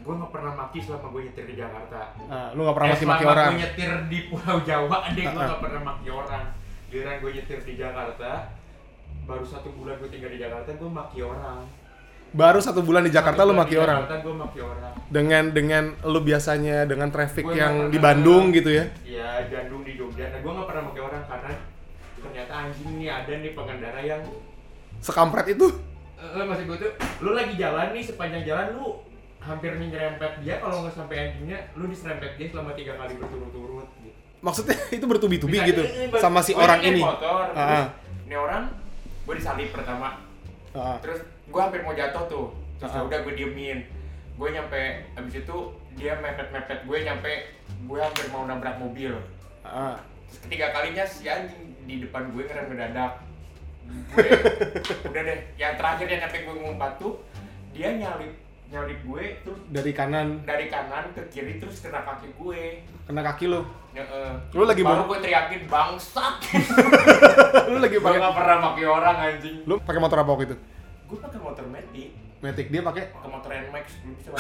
Gue nggak pernah maki selama gue nyetir di Jakarta. Lu nggak pernah maki orang. Selama gue nyetir di Pulau Jawa, gue nggak pernah maki orang. Giliran gue nyetir di Jakarta, baru 1 bulan gue tinggal di Jakarta, gue maki orang. Baru 1 bulan di Jakarta lu maki orang. Jakarta gue maki orang. Dengan lu biasanya dengan traffic yang di Bandung gitu ya? Iya, Bandung di Jogja. Nah, gue nggak pernah maki orang karena ternyata anjing nih ada nih pengendara yang sekampret itu. Maksud gue tuh, lu lagi jalan nih sepanjang jalan lu hampir nyerempet dia, kalau nggak sampai endingnya lu diserempet dia selama 3 kali berturut-turut gitu. Maksudnya itu bertubi-tubi Bisa, gitu sama si orang ini. Motor, ini orang gue disalip pertama. Terus gue hampir mau jatuh tuh. Terus udah gue diemin. Gue nyampe abis itu dia mepet-mepet gue nyampe gue hampir mau nabrak mobil. Terus ketiga kalinya si anjing di depan gue ngerem mendadak. Gue udah deh, yang terakhir yang nyampe gue ngumpat tuh dia nyalip gue terus dari kanan ke kiri terus kena kaki gue. Kena kaki lu? Lu lagi baru gue teriakin bangsat. Lu lagi pakai? Gue nggak pernah pakai orang anjing. Lu pakai motor apa waktu itu? Gue pakai motor Matic. Dia pakai motor NMAX. Belum bisa.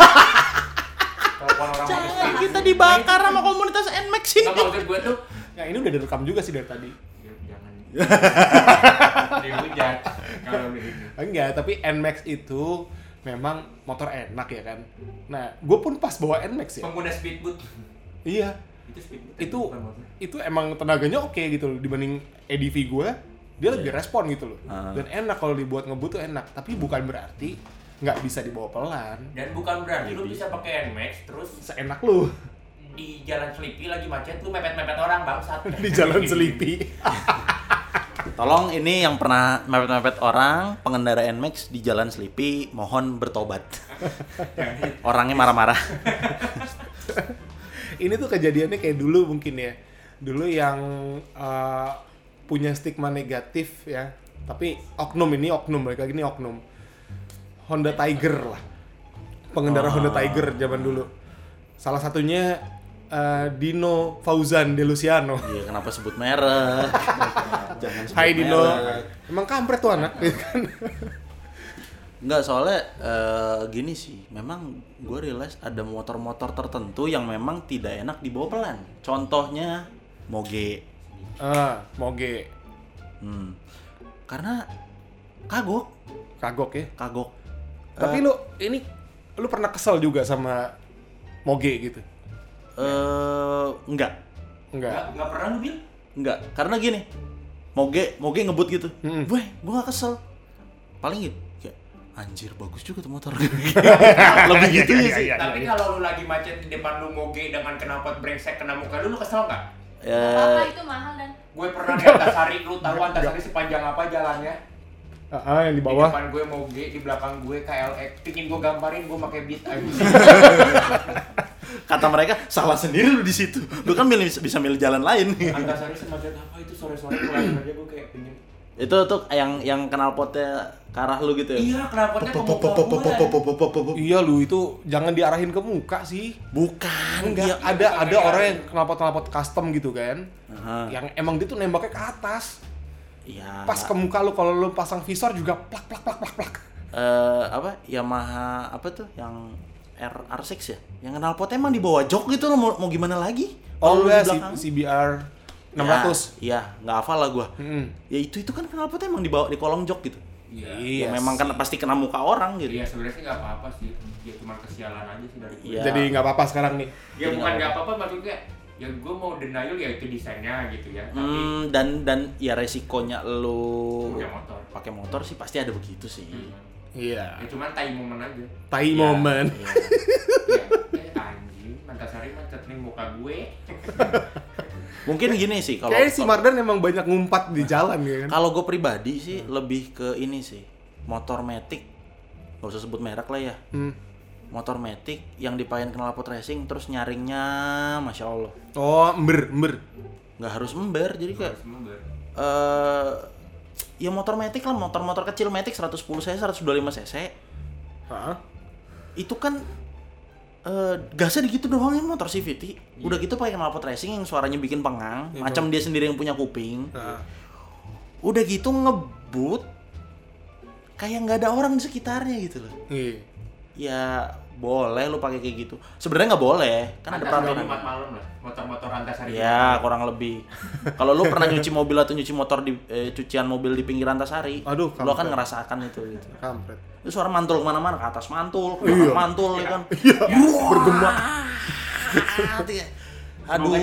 Jangan kita dibakar sama komunitas NMAX ini. Nggak, maksud gue tuh ya ini udah direkam juga sih dari tadi. Jangan dihujat kalau ini. Enggak, tapi NMAX itu memang motor enak ya kan. Nah, gue pun pas bawa NMAX ya. Pengguna speedboat. Iya. Itu emang tenaganya oke gitu loh dibanding EDV gue. Dia lebih respon gitu loh. Dan enak kalau dibuat ngebut tuh enak. Tapi bukan berarti nggak bisa dibawa pelan. Dan bukan berarti lu bisa pakai NMAX terus seenak lu. Di jalan Selipi lagi macet lu mepet-mepet orang bangsat. Di jalan Selipi. Tolong ini yang pernah mepet-mepet orang, pengendara NMAX di jalan Selipi, mohon bertobat. Orangnya marah-marah. Ini tuh kejadiannya kayak dulu mungkin ya. Dulu yang punya stigma negatif ya. Tapi mereka gini oknum. Honda Tiger lah. Pengendara Honda Tiger zaman dulu. Salah satunya Dino Fauzan Deluciano. Iya, kenapa sebut merek? Jangan sebut Hai Dino. merek. Emang kampret tuh anak gitu kan. Enggak, soalnya gini sih. Memang gue realize ada motor-motor tertentu yang memang tidak enak dibawa pelan. Contohnya Moge. Moge. Karena kagok ya. Kagok. Tapi lu pernah kesel juga sama Moge gitu? Enggak pernah lu Bil? Enggak, karena gini. Moge ngebut gitu. Gue gak kesel. Paling gitu kayak anjir bagus juga tuh motor. Lebih gitu ya sih. Tapi kalau lu lagi macet di depan lu Moge dengan knalpot brengsek kena muka lu kesel enggak? Apa itu mahal dan Gue pernah di Antasari, lu tahu Antasari sepanjang apa jalannya? Yang di bawah. Di depan gue Moge, di belakang gue KLX. Pingin gue gambarin, gue pakai beat aja. Kata mereka salah sendiri lu di situ. Lu kan bisa milih jalan lain. Antasari semacam apa itu sore-sore pulang aja gue kayak pingin. Itu tuh yang knalpotnya ke arah lu gitu ya? Iya, knalpotnya ke muka gue. Iya lu itu jangan diarahin ke muka sih. Bukan. Enggak, ada orang yang knalpot custom gitu kan. Yang emang dia tuh nembaknya ke atas. Iya. Pas ke muka lu, kalau lu pasang visor juga plak. Yamaha apa tuh yang R6 ya? Yang knalpotnya emang di bawah jok gitu loh, mau gimana lagi? Oh enggak, CBR 600. Iya, enggak hafal lah gua. Ya itu kan knalpotnya emang di kolong jok gitu. Iya. Ya, memang kan pasti kena muka orang gitu. Iya, sebenarnya sih enggak apa-apa sih. Ya cuma kesialan aja sih dari gue. Iya. Jadi enggak apa-apa sekarang nih. Ya bukan enggak apa-apa, maksudnya ya gue mau denial ya itu desainnya gitu ya. Tapi dan ya resikonya lu punya motor. Pakai motor sih pasti ada begitu sih. Iya. Ya cuman tai momen aja. Momen. Iya. Anjing, Antasari macet nih muka gue. Mungkin gini sih kalau kayaknya si Mardan emang banyak ngumpat di jalan ya kan. Kalau gue pribadi sih lebih ke ini sih. Motor Matic. Enggak usah sebut merek lah ya. Motor Matic yang dipakein knalpot racing terus nyaringnya Masya Allah. Oh, ember. Nggak harus ember, jadi kayak ya motor Matic lah, motor kecil Matic 110 cc, 125 cc. Itu kan gasnya gitu doang ya motor CVT. Udah gitu pakai knalpot racing yang suaranya bikin pengang, macam dia sendiri yang punya kuping. Udah gitu ngebut kayak nggak ada orang di sekitarnya gitu loh. ya boleh lu pakai kayak gitu. Sebenarnya nggak boleh, kan ada peraturan. Jumat malam lah, motor-motor Antasari. Ya, kurang lebih. Kalau lu pernah nyuci mobil atau nyuci motor di cucian mobil di pinggir Antasari, Aduh, lu akan ngerasakan itu gitu. Kampret. Itu suara mantul kemana-mana, ke atas mantul, ke belakang mantul ya kan. Iya, bergema. Aduh,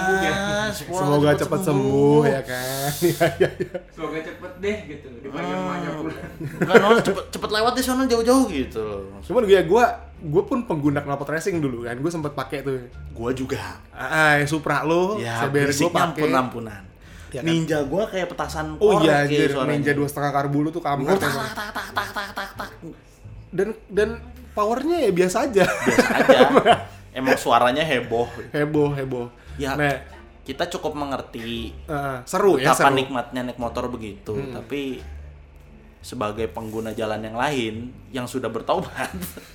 Semoga cepat sembuh ya kan. Iya. Semoga cepet deh gitu, dipanggil rumahnya pulang. Bukan, cepet lewat di sana jauh-jauh gitu. Cuman gue pun pengguna knalpot racing dulu kan, gue sempet pakai tuh. Gua juga. Supra lo, Ya, CBR gue berisiknya pakai. ampunan. Ya kan? Ninja gua kayak petasan Oh korek iya, kayak anjir, suaranya. Ninja 2,5 karbu lu tuh kampret emang. Tak. Dan powernya ya biasa aja. Biasa aja. Emang suaranya heboh. heboh. Ya, Nah, kita cukup mengerti seru ya, betapa seru. nikmatnya naik motor begitu, tapi sebagai pengguna jalan yang lain yang sudah bertobat,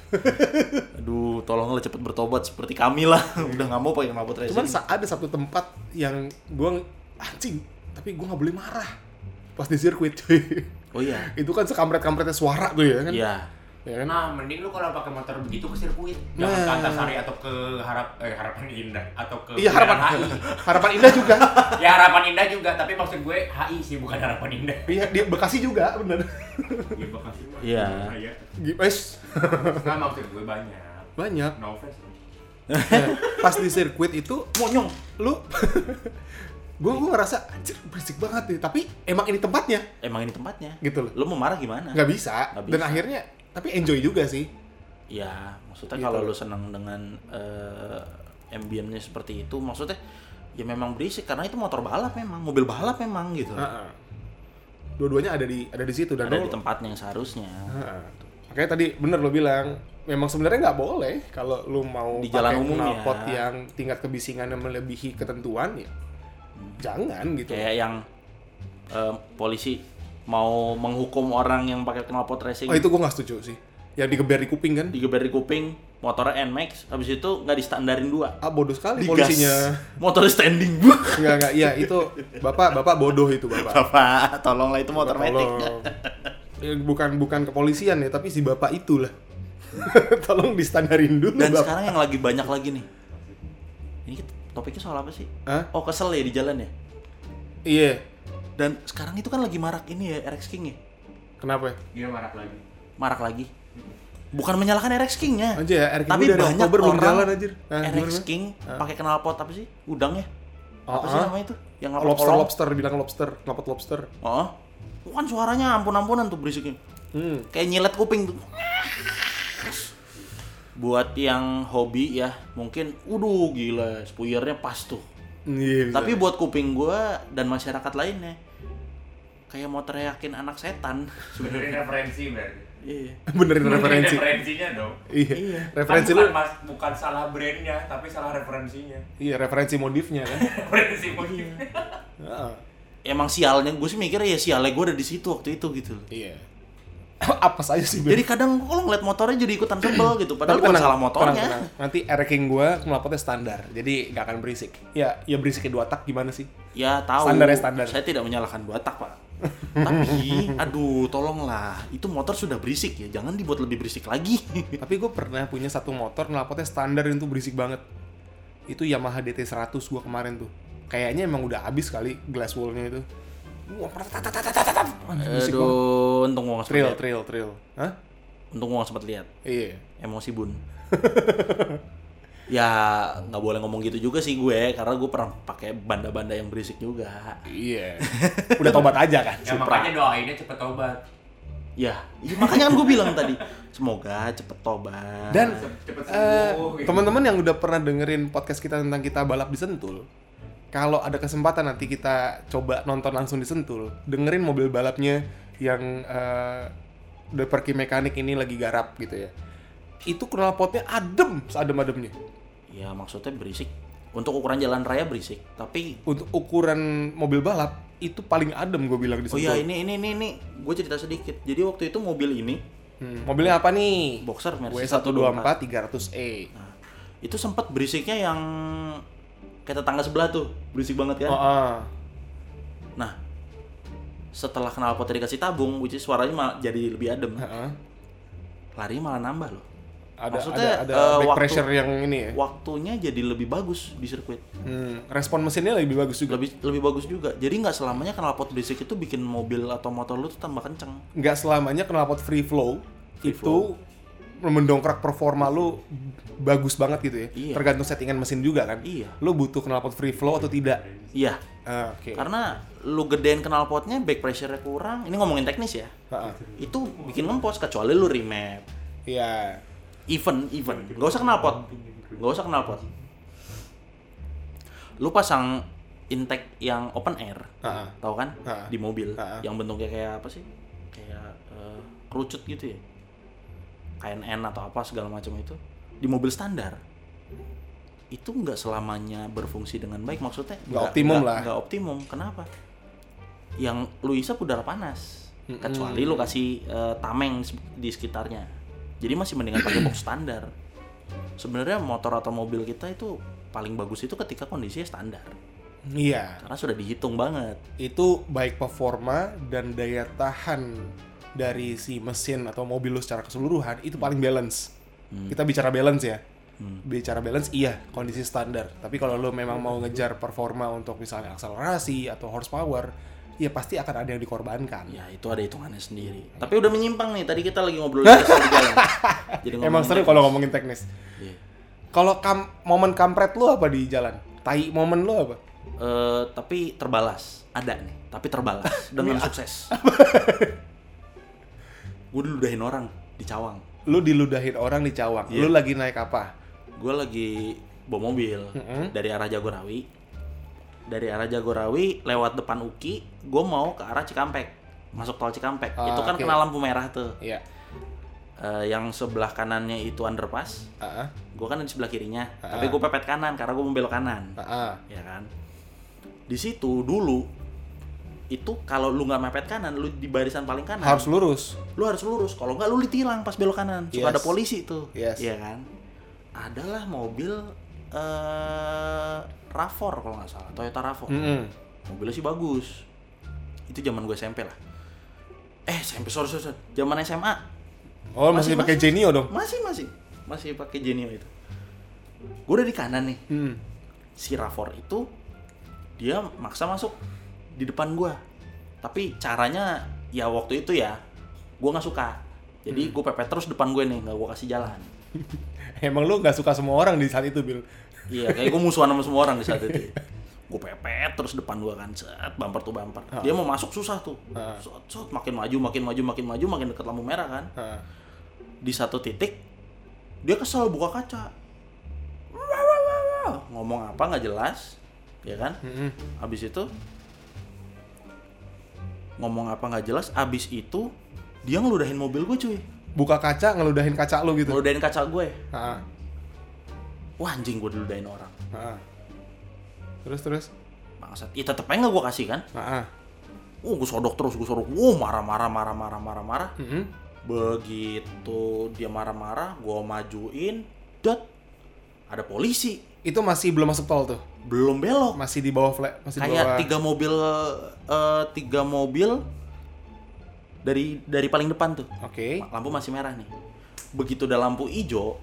aduh, tolonglah cepet bertobat seperti kami lah. Udah nggak mau pakai knalpot racing. Cuman ada satu tempat yang gue anjing, tapi gue nggak boleh marah pas di sirkuit cuy. Oh iya. Itu kan sekampret-kampretnya suara tuh ya kan. Iya. Ya kan? Nah, mending lu kalau pakai motor begitu ke sirkuit, jangan ke Antasari atau ke Harapan Indah atau ke Iya, Bundaran harapan HI. harapan indah juga. Ya Harapan Indah juga, tapi maksud gue HI sih, bukan Harapan Indah. Iya, di Bekasi juga bener. Iya, Bekasi mah. Iya. Guys, Nggak, maksud gue banyak. banyak. No offense. Pas di sirkuit itu monyong lu. gue ngerasa anjir berisik banget nih, tapi emang ini tempatnya Emang ini tempatnya. gitu loh. Lu mau marah gimana? Nggak bisa. Nggak Dan bisa. akhirnya tapi enjoy juga sih. Ya, maksudnya Gitu. kalau lu senang dengan ambience seperti itu, maksudnya ya memang berisik karena itu motor balap memang, mobil balap memang gitu. Dua-duanya ada di situ dan Ada lo- di tempatnya yang seharusnya. Makanya tadi bener lo bilang, memang sebenarnya nggak boleh kalau lu mau Di jalan pakai umum knalpot ya. yang tingkat kebisingannya melebihi ketentuan ya. Jangan gitu. Kayak yang polisi mau menghukum orang yang pakai knalpot racing. Oh itu gue nggak setuju sih. Yang digeber di kuping kan? Digeber di kuping, motornya NMAX, habis itu nggak distandarin 2. Bodoh sekali Digas. polisinya. Motor standing. Enggak, iya itu bapak bodoh itu bapak. Bapak, tolonglah itu motor metik. Bukan kepolisian ya, tapi si bapak itulah. Tolong distandarin dulu. Dan Bapak. sekarang yang lagi banyak lagi nih. Ini topiknya soal apa sih? Hah? Oh, kesel ya di jalan ya? Iya. Dan sekarang itu kan lagi marak ini ya, RX King ya? Kenapa ya? Dia marah lagi. Marak lagi. Bukan menyalahkan RX King-nya. Anjir ya, RX Tapi dari banyak Oktober belum orang jalan anjir. RX Gimana? King pakai knalpot apa sih? Udang ya? Apa sih namanya itu? Yang Lobster, bilang lobster, knalpot lobster. Oh. Kan suaranya ampun-ampunan tuh berisiknya. Kayak nyilet kuping tuh. Buat yang hobi ya, mungkin gila, spoilernya pas tuh. Iya. Tapi buat kuping gua dan masyarakat lainnya kayak mau teriakin anak setan. Benerin referensi berarti. Iya. benerin referensi. Referensinya dong. Iya. Referensi Kan lu. bukan salah brandnya, tapi salah referensinya. Iya, referensi modifnya kan. Referensi motif. Heeh. Emang sialnya, gue sih mikirnya ya sialnya gue ada di situ waktu itu gitu. Iya. Apa saja sih? Jadi kadang kalau ngeliat motornya jadi ikutan sebel gitu, padahal Tapi bukan tenang, salah motornya. tenang. Nanti ranking gua knalpotnya standar, jadi nggak akan berisik. Ya berisiknya 2 tak gimana sih? Ya tahu. Standarnya standar. Saya tidak menyalahkan 2 tak, Pak. Tapi, aduh, tolonglah. Itu motor sudah berisik ya, jangan dibuat lebih berisik lagi. Tapi gue pernah punya satu motor knalpotnya standar itu berisik banget. Itu Yamaha DT100 gua kemarin tuh. Kayaknya emang udah habis kali glass wall-nya itu. Berisik banget. Aduh, untung gua nggak sempat lihat. Trail. Hah? Untung gua nggak sempat lihat. Iya. Emosi bun. Ya nggak boleh ngomong gitu juga sih gue, karena gue pernah pakai banda-banda yang berisik juga. Iya. Udah tobat aja kan. Ya makanya doainnya cepet tobat. Ya, makanya kan gue bilang tadi, semoga cepet tobat. Dan Cepet sembuh. Gitu. teman-teman yang udah pernah dengerin podcast kita tentang kita balap di Sentul, kalau ada kesempatan nanti kita coba nonton langsung di Sentul, dengerin mobil balapnya yang The Perky Mekanik ini lagi garap gitu ya. Itu knalpotnya adem, seadem-ademnya. Ya maksudnya berisik. Untuk ukuran jalan raya berisik, tapi Untuk ukuran mobil balap itu paling adem gue bilang di oh Sentul. ya ini gue cerita sedikit. Jadi waktu itu mobil ini Mobilnya apa nih? Boxer Mercy W124 300E. Nah, itu sempat berisiknya yang kayak tetangga sebelah tuh, berisik banget kan. Nah, setelah knalpotnya dikasih tabung, which is suaranya malah jadi lebih adem. Heeh. Lari malah nambah loh. Maksudnya back pressure yang ini ya. Waktunya jadi lebih bagus di sirkuit. Respon mesinnya lebih bagus juga. Lebih bagus juga. Jadi nggak selamanya knalpot berisik itu bikin mobil atau motor lu tuh tambah kenceng. Nggak selamanya knalpot free flow mendongkrak performa lu bagus banget gitu ya. Iya. Tergantung settingan mesin juga kan. Iya. Lu butuh knalpot free flow atau tidak? Iya. Oke. Karena lu gedein knalpotnya, back pressure-nya kurang. Ini ngomongin teknis ya. Itu bikin ngempos kecuali lu remap. Iya. Even. Nggak usah knalpot. Lu pasang intake yang open air. Tahu kan? Di mobil. Yang bentuknya kayak apa sih? Kayak kerucut gitu ya. KNN atau apa segala macam itu. Di mobil standar. Itu nggak selamanya berfungsi dengan baik. Maksudnya nggak optimum lah. Nggak optimum. Kenapa? Yang lu isap udara panas. Kecuali lu kasih tameng di sekitarnya. Jadi masih mendingan pakai box standar. Sebenarnya motor atau mobil kita itu paling bagus itu ketika kondisinya standar. Iya. Karena sudah dihitung banget. Itu baik performa dan daya tahan dari si mesin atau mobil lu secara keseluruhan itu paling balance. Kita bicara balance ya. Bicara balance iya kondisi standar. Tapi kalau lu memang mau ngejar performa untuk misalnya akselerasi atau horsepower, ya pasti akan ada yang dikorbankan. Ya itu ada hitungannya sendiri. Tapi udah menyimpang nih. Tadi kita lagi ngobrol di jalan. Jadi emang seru kalau ngomongin teknis. Iya. Kalau momen kampret lu apa di jalan? Tai momen lu apa? Tapi terbalas. Ada nih. Tapi terbalas dengan sukses. Gue diludahin orang di Cawang. Lu diludahin orang di Cawang. Yeah. Lu lagi naik apa? Gue lagi bawa mobil dari arah Jagorawi. Dari arah Jagorawi lewat depan UKI, gue mau ke arah Cikampek, masuk tol Cikampek. Itu kan kena lampu merah tuh. Iya. Yang sebelah kanannya itu underpass. Gue kan di sebelah kirinya, tapi gue pepet kanan karena gue mau belok kanan. Ya kan. Di situ dulu itu kalau lu nggak mepet kanan, lu di barisan paling kanan. Harus lurus. Lu harus lurus. Kalau nggak lu ditilang pas belok kanan. Suka ada polisi tuh. Yes. Iya kan. Adalah mobil RAV4 kalau nggak salah, Toyota RAV4. Mobilnya sih bagus. Itu zaman gue SMP lah. SMP sorry. Zaman SMA. Oh masih pakai Genio dong? Masih pakai Genio itu. Gue udah di kanan nih. Si RAV4 itu dia maksa masuk di depan gue. Tapi caranya ya waktu itu ya gue nggak suka. Jadi gue pepet terus depan gue nih, nggak gue kasih jalan. Emang lu nggak suka semua orang di saat itu, Bil? Iya, kayak gue musuhan sama semua orang di saat itu. Gue pepet terus depan gue kan, set, bumper tuh bumper. Dia mau masuk susah tuh. Set, makin maju, makin dekat lampu merah kan. Di satu titik dia kesel buka kaca. Ngomong apa nggak jelas, ya kan? Abis itu ngomong apa nggak jelas, abis itu dia ngeludahin mobil gue cuy. Buka kaca, ngeludahin kaca lu gitu? Ngeludahin kaca gue. Wah anjing, gue diludahin orang. Terus? Bangsat. Ya tetep aja nggak gue kasih kan? Gue sodok terus, marah. Begitu dia marah-marah, gue majuin, ada polisi. Itu masih belum masuk tol tuh? Belum belok. Masih di bawah flag? Masih kayak di bawah... 3 mobil dari paling depan tuh. Oke. Lampu masih merah nih. Begitu udah lampu hijau,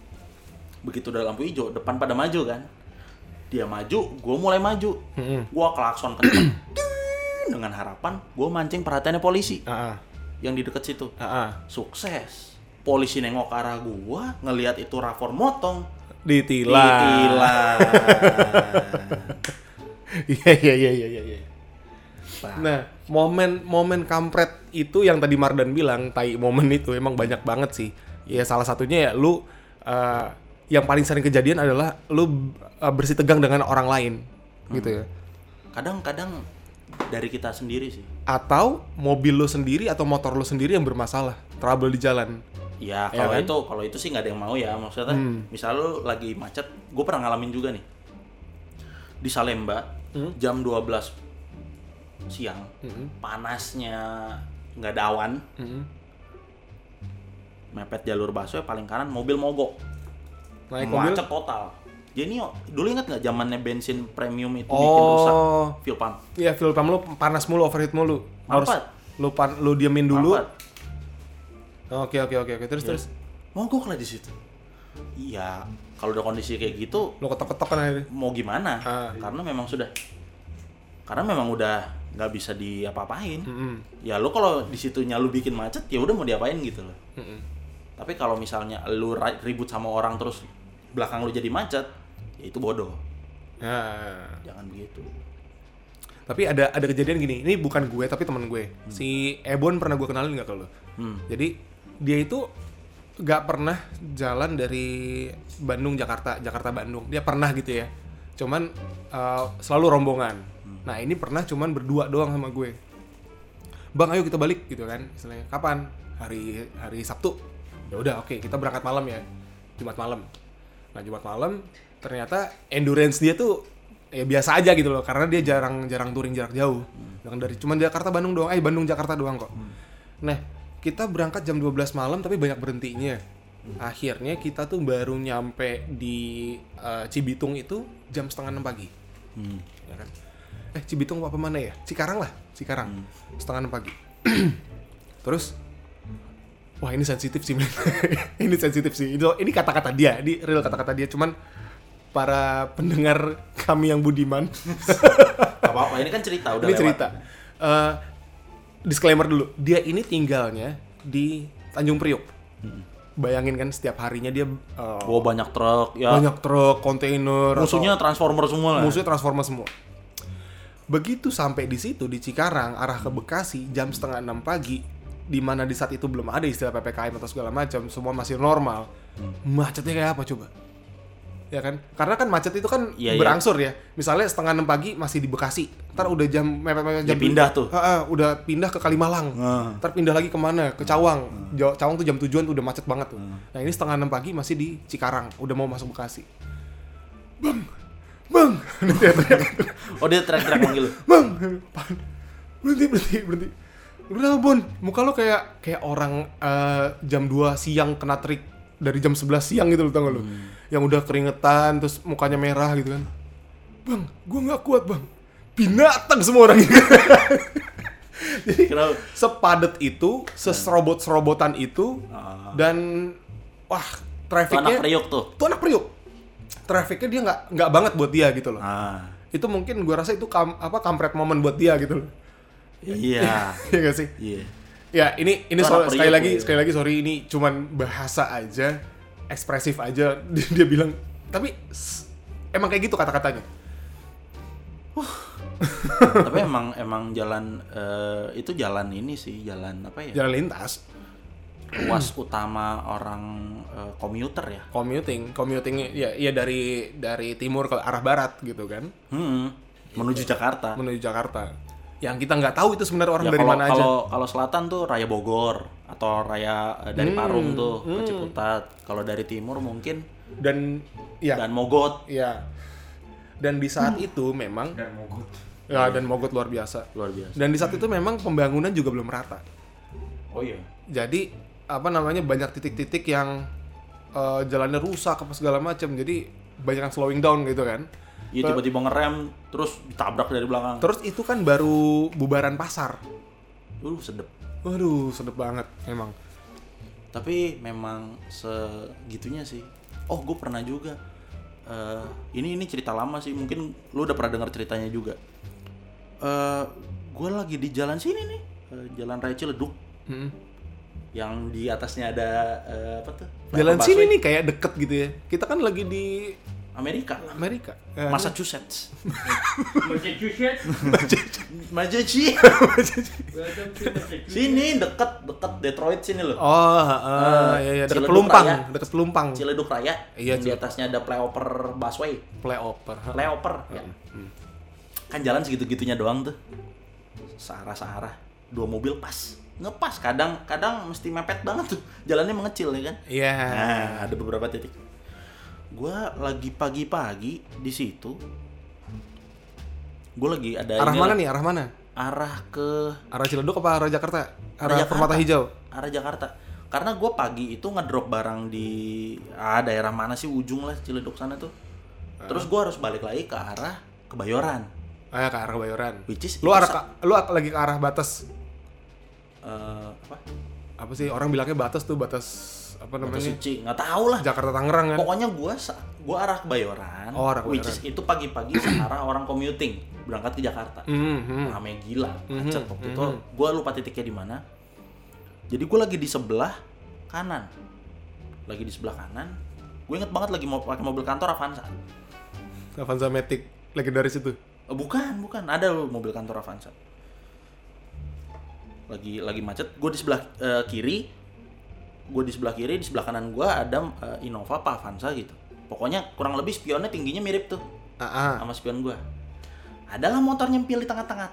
depan pada maju kan. Dia maju, gue mulai maju. Gue klakson kenceng. Dengan harapan gue mancing perhatiannya polisi. Yang di dekat situ. Sukses. Polisi nengok ke arah gue, ngelihat itu RAV4 motong. Ditilang. Iya. Nah, momen kampret itu yang tadi Mardan bilang, tai momen itu emang banyak banget sih. Ya salah satunya ya lu yang paling sering kejadian adalah lu bersih tegang dengan orang lain gitu ya. Kadang-kadang dari kita sendiri sih. Atau mobil lu sendiri atau motor lu sendiri yang bermasalah, trouble di jalan. Ya kalau itu sih nggak ada yang mau ya, maksudnya misal lu lagi macet, gue pernah ngalamin juga nih di Salemba jam 12 siang, panasnya nggak ada awan, mepet jalur busway paling kanan, mobil mogok, macet total. Jadi dulu ingat nggak zamannya bensin premium itu bikin rusak fuel pump? Iya, fuel pump lu panas mulu, overheat mulu. Harus lu diemin dulu. Oke. Terus. Mogok lah di situ. Iya, kalau udah kondisi kayak gitu Lo ketok-ketok kan akhirnya. mau gimana? Karena memang udah nggak bisa diapa-apain. Ya lo kalau di situnya lu bikin macet, ya udah mau diapain gitu loh. Tapi kalau misalnya lu ribut sama orang terus belakang lu jadi macet, ya itu bodoh. Jangan begitu. Tapi ada kejadian gini, ini bukan gue tapi teman gue. Si Ebon pernah gue kenalin nggak ke lo? Jadi dia itu nggak pernah jalan dari Bandung Jakarta Bandung. Dia pernah gitu ya. Cuman selalu rombongan. Nah ini pernah cuman berdua doang sama gue. Bang ayo kita balik gitu kan. Istilahnya kapan? Hari Sabtu. Ya udah oke, kita berangkat malam ya. Jumat malam. Nah Jumat malam ternyata endurance dia tuh ya biasa aja gitu loh, karena dia jarang touring jarak jauh. Cuman Jakarta Bandung doang, Bandung Jakarta doang kok. Nah, kita berangkat jam 12 malam tapi banyak berhentinya. Akhirnya kita tuh baru nyampe di Cibitung itu jam 5:30 pagi. Ya kan? Cibitung apa mana ya? Cikarang. 5:30 pagi. Terus wah ini sensitif sih. Ini sensitif sih. Ini kata-kata dia, ini real kata-kata dia, cuman para pendengar kami yang budiman. Gak apa-apa, ini kan cerita udah ini lewat. cerita. Disclaimer dulu, dia ini tinggalnya di Tanjung Priok. Bayangin kan setiap harinya dia banyak truk ya. Banyak truk, kontainer. Musuhnya transformer semua lah. Musuhnya transformer semua. Begitu sampai di situ di Cikarang arah ke Bekasi jam 5:30 pagi, di mana di saat itu belum ada istilah PPKM atau segala macam, semua masih normal. Macetnya kayak apa coba? Ya kan? Karena kan macet itu kan berangsur ya. Misalnya 5:30 pagi masih di Bekasi, ntar udah jam pindah tuh. Udah pindah ke Kalimalang. Ntar pindah lagi kemana? Ke Cawang. Cawang tuh jam tujuan udah macet banget tuh. Nah ini 5:30 pagi masih di Cikarang, udah mau masuk Bekasi. Bang. Oh dia teriak-teriak manggil lu. Bang. Berhenti. Udah Bon, muka lo kayak orang jam 2 siang kena trik dari jam 11 siang gitu lo, tau gak lo? Yang udah keringetan, terus mukanya merah gitu kan. Bang, gua gak kuat bang. Binatang semua orang ini. Jadi sepadet itu, seserobot-serobotan itu, dan wah trafficnya. Tuh anak Priok tuh. Tuh anak Priok. Trafficnya dia nggak banget buat dia gitu loh. Itu mungkin gua rasa itu kampret momen buat dia gitu loh. Iya. Iya gak sih? Iya. Ya ini sekali lagi sorry, ini cuman bahasa aja, ekspresif aja. Dia bilang, tapi emang kayak gitu kata-katanya. Tapi emang jalan itu jalan ini sih, jalan apa ya? Jalan lintas. Ruas utama orang komuter ya. Commuting ya dari timur ke arah barat gitu kan. Menuju Jakarta. Yang kita nggak tahu itu sebenarnya orang dari mana aja. Kalau selatan tuh Raya Bogor atau Raya dari Parung tuh ke Ciputat. Kalau dari timur mungkin dan Mogot. Iya. Dan di saat itu memang dan Mogot luar biasa. Dan di saat itu memang pembangunan juga belum rata. Oh iya. Jadi banyak titik-titik yang jalannya rusak apa segala macam. Jadi banyak yang slowing down gitu kan. Iya tiba-tiba ngerem terus ditabrak dari belakang. Terus itu kan baru bubaran pasar. Sedep. Waduh, sedep banget memang. Tapi memang segitunya sih. Oh, gue pernah juga. Ini cerita lama sih. Mungkin lu udah pernah dengar ceritanya juga. Gue lagi di jalan sini nih, Jalan Raya Ciledug. Yang di atasnya ada apa tuh? Jalan sini nih kayak deket gitu ya. Kita kan lagi di Amerika. Massachusetts. Sini deket Detroit sini loh. Iya deket Pelumpang. Ciledug Raya. Iya, di atasnya ada flyover busway. Flyover. Ya. Kan jalan segitu-gitunya doang tuh. Searah. 2 mobil pas. Ngepas kadang mesti mepet banget tuh. Jalannya mengecil ya kan? Iya. Nah, ada beberapa titik. Gua lagi pagi-pagi di situ. Gua lagi ada arah mana nih? Arah mana? Arah Ciledug apa arah Jakarta? Arah Permata Hijau. Arah Jakarta. Karena gua pagi itu ngedrop barang di daerah mana sih ujung lah Ciledug sana tuh. Terus gua harus balik lagi ke arah Kebayoran. Ke arah Kebayoran. Which is lu lagi ke arah batas. Apa sih orang bilangnya batas tuh, batas apa namanya? Suci, nggak tahu lah. Jakarta Tangerang kan. Pokoknya gua arah Kebayoran. Which is itu pagi-pagi searah orang commuting berangkat ke Jakarta. Ramai gila, macet waktu itu. Gua lupa titiknya di mana. Jadi gua lagi di sebelah kanan. Gue inget banget lagi mau pakai mobil kantor Avanza Matic legendaris itu. Bukan, ada mobil kantor Avanza. Lagi macet, gue di sebelah kiri, di sebelah kanan gue ada Innova apa Avanza gitu. Pokoknya kurang lebih spionnya tingginya mirip tuh sama spion gue. Adalah motor nyempil di tengah-tengah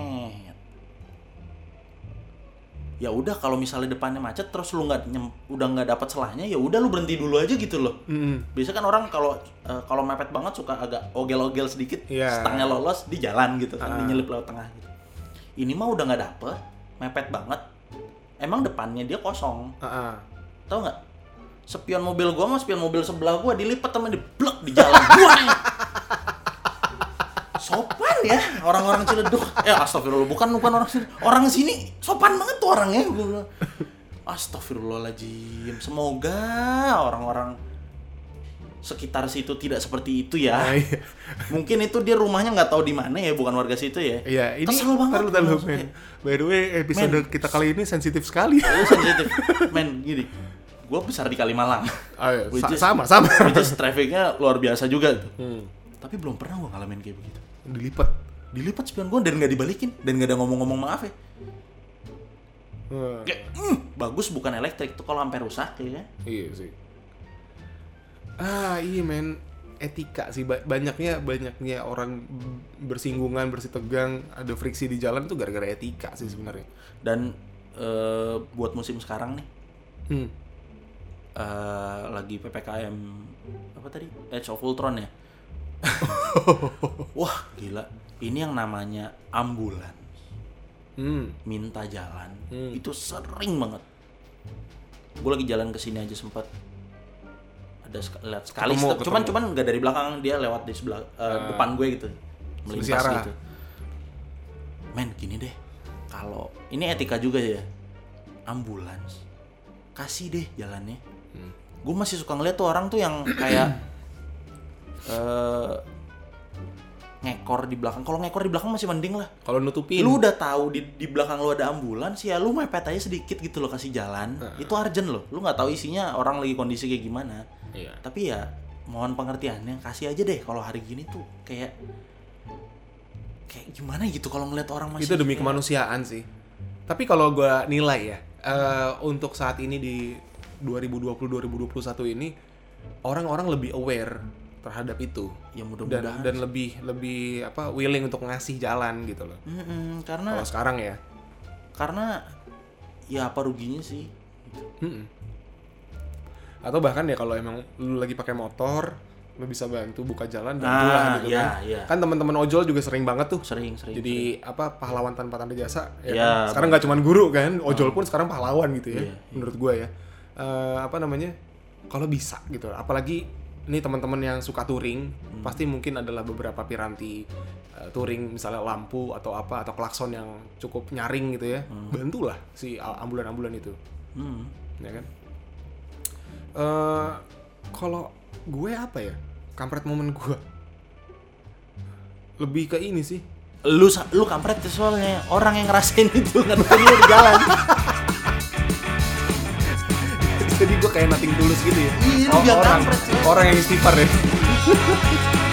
Ya udah kalau misalnya depannya macet terus lu udah nggak dapat celahnya, ya udah lu berhenti dulu aja gitu loh. Biasa kan orang kalau mepet banget suka agak ogel-ogel sedikit, stangnya lolos di jalan gitu kan, dinyelip lewat tengah gitu. Ini mah udah nggak dapet, mepet banget. Emang depannya dia kosong. Tahu nggak? Spion mobil gua sama spion mobil sebelah gua dilipat sama diblok di jalan. Sopan ya orang-orang Ciledug. Astagfirullah, bukan orang sini. Orang sini sopan banget tuh orangnya. Astagfirullahaladzim. Semoga orang-orang sekitar situ tidak seperti itu ya. Mungkin itu dia rumahnya nggak tahu di mana ya, bukan warga situ ya. Iya, ini kesel banget. Taruh, men. By the way, episode kita kali ini sensitif sekali. Sensitif. Men, gini. Gue besar di Kalimalang. Sama. Which is trafficnya luar biasa juga tuh. Tapi belum pernah gue ngalamin kayak begitu. Dilipat spion gue dan nggak dibalikin dan nggak ada ngomong-ngomong maaf ya. Kayak, bagus bukan elektrik tuh kalau sampai rusak ya. Iya sih. Iya men, etika sih banyaknya orang bersinggungan, bersitegang, ada friksi di jalan tuh gara-gara etika sih sebenarnya. Dan buat musim sekarang nih, lagi PPKM apa tadi? Age of Ultron ya. Wah gila, ini yang namanya ambulans minta jalan itu sering banget. Gue lagi jalan kesini aja sempat ada lihat sekali, cuman nggak dari belakang, dia lewat di sebelah depan gue gitu, melintas gitu. Men gini deh, kalau ini etika juga ya, ambulans kasih deh jalannya. Gue masih suka ngeliat tuh orang tuh yang kayak ngekor di belakang. Kalau ngekor di belakang masih mending lah. Kalau nutupin. Lu udah tahu di belakang lu ada ambulans ya, lu mepet aja sedikit gitu loh, kasih jalan. Itu urgent loh. Lu nggak tahu isinya orang lagi kondisi kayak gimana. Iya. Tapi ya mohon pengertiannya, kasih aja deh. Kalau hari gini tuh kayak gimana gitu kalau ngeliat orang masih. Itu demi kemanusiaan sih. Tapi kalau gua nilai ya, untuk saat ini di 2020-2021 ini orang-orang lebih aware terhadap itu ya, mudah-mudahan dan lebih willing untuk ngasih jalan gitu loh. Karena kalau sekarang ya, karena ya apa ruginya sih. Atau bahkan ya kalau emang lu lagi pakai motor, lu bisa bantu buka jalan dan pulang gitu kan. Kan teman-teman ojol juga sering banget tuh. Sering. Jadi pahlawan tanpa tanda jasa ya kan? Sekarang nggak cuma guru kan, ojol pun sekarang pahlawan gitu ya. Menurut gua ya. Kalau bisa gitu. Apalagi ini teman-teman yang suka touring, pasti mungkin adalah beberapa piranti touring, misalnya lampu atau apa, atau klakson yang cukup nyaring gitu ya. Bantulah si ambulan-ambulan itu. Ya kan? Kalau gue apa ya? Kampret momen gue lebih ke ini sih. Lu kampret soalnya orang yang ngerasain itu ngadepin lu di jalan. Jadi gue kayak nothing tulus gitu ya. Iya, lu biar kampret sih. Orang yang istighfar ya.